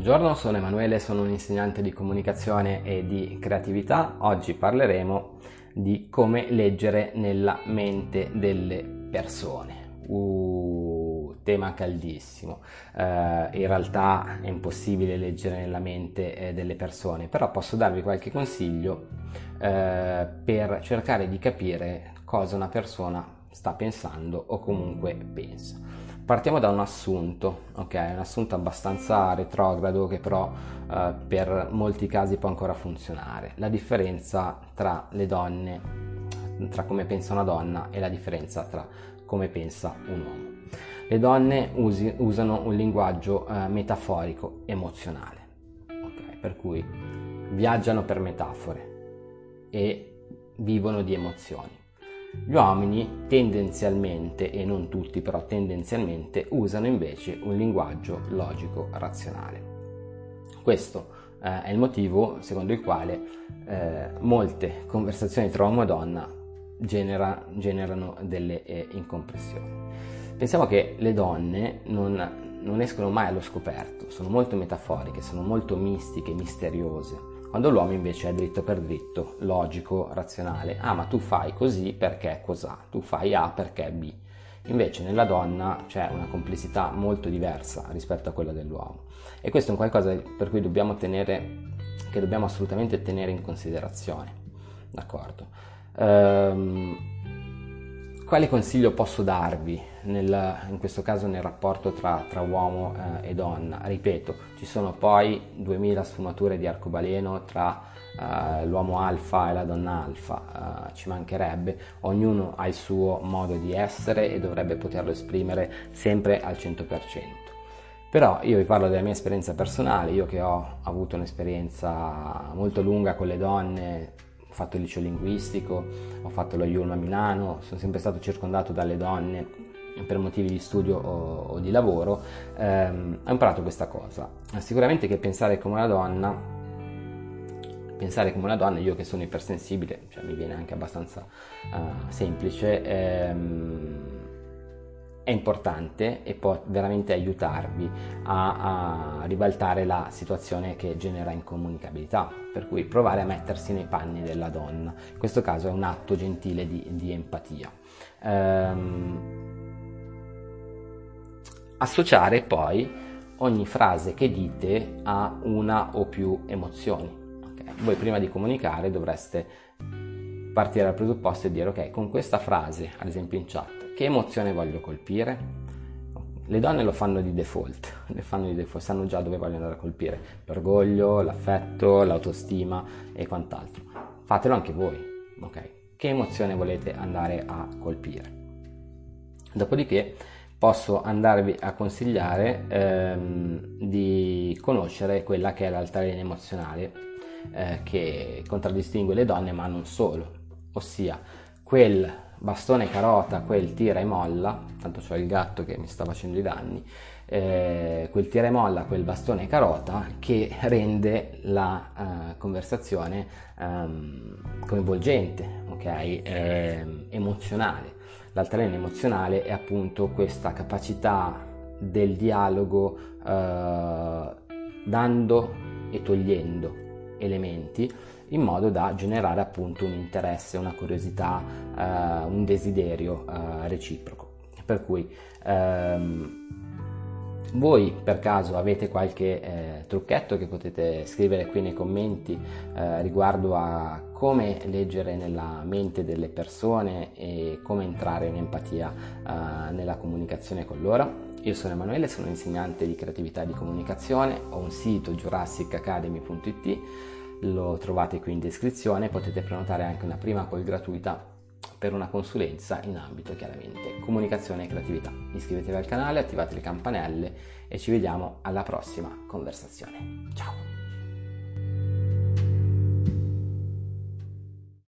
Buongiorno, sono Emanuele, sono un insegnante di comunicazione e di creatività. Oggi parleremo di come leggere nella mente delle persone. Tema caldissimo. In realtà è impossibile leggere nella mente delle persone, però posso darvi qualche consiglio per cercare di capire cosa una persona sta pensando o comunque pensa. Partiamo da un assunto, ok? Un assunto abbastanza retrogrado che però per molti casi può ancora funzionare. La differenza tra le donne, tra come pensa una donna e la differenza tra come pensa un uomo. Le donne usano un linguaggio metaforico, emozionale, ok? Per cui viaggiano per metafore e vivono di emozioni. Gli uomini tendenzialmente, e non tutti però tendenzialmente, usano invece un linguaggio logico razionale. Questo è il motivo secondo il quale molte conversazioni tra uomo e donna generano delle incompressioni. Pensiamo che le donne non escono mai allo scoperto, sono molto metaforiche, sono molto mistiche, misteriose. Quando l'uomo invece è dritto per dritto, logico, razionale. Ah, ma tu fai così perché cos'ha, tu fai A perché B. Invece nella donna c'è una complessità molto diversa rispetto a quella dell'uomo. E questo è un qualcosa per cui dobbiamo assolutamente tenere in considerazione. D'accordo? Quale consiglio posso darvi in questo caso nel rapporto tra uomo e donna? Ripeto, ci sono poi 2000 sfumature di arcobaleno tra l'uomo alfa e la donna alfa, ci mancherebbe, ognuno ha il suo modo di essere e dovrebbe poterlo esprimere sempre al 100%. Però io vi parlo della mia esperienza personale, io che ho avuto un'esperienza molto lunga con le donne. Ho fatto il liceo linguistico, ho fatto lo IULM a Milano, sono sempre stato circondato dalle donne per motivi di studio o di lavoro. Ho imparato questa cosa. Sicuramente che pensare come una donna, io che sono ipersensibile, cioè mi viene anche abbastanza semplice, è importante e può veramente aiutarvi a ribaltare la situazione che genera incomunicabilità, per cui provare a mettersi nei panni della donna. In questo caso è un atto gentile di empatia. Associare poi ogni frase che dite a una o più emozioni. Okay? Voi prima di comunicare dovreste partire dal presupposto e dire: ok, con questa frase, ad esempio in chat, che emozione voglio colpire? Le donne lo fanno di default, sanno già dove vogliono andare a colpire: l'orgoglio, l'affetto, l'autostima e quant'altro. Fatelo anche voi, ok? Che emozione volete andare a colpire? Dopodiché posso andarvi a consigliare di conoscere quella che è l'altalena emozionale che contraddistingue le donne, ma non solo, ossia quel bastone carota, quel tira e molla, tanto c'ho il gatto che mi sta facendo i danni, quel tira e molla, quel bastone carota che rende la conversazione coinvolgente, ok? Emozionale. L'altalena emozionale è appunto questa capacità del dialogo dando e togliendo elementi in modo da generare appunto un interesse, una curiosità, un desiderio reciproco. Per cui voi per caso avete qualche trucchetto che potete scrivere qui nei commenti riguardo a come leggere nella mente delle persone e come entrare in empatia nella comunicazione con loro? Io sono Emanuele, sono insegnante di creatività e di comunicazione, ho un sito jurassicacademy.it, lo trovate qui in descrizione, potete prenotare anche una prima call gratuita per una consulenza in ambito chiaramente comunicazione e creatività. Iscrivetevi al canale, attivate le campanelle e ci vediamo alla prossima conversazione. Ciao!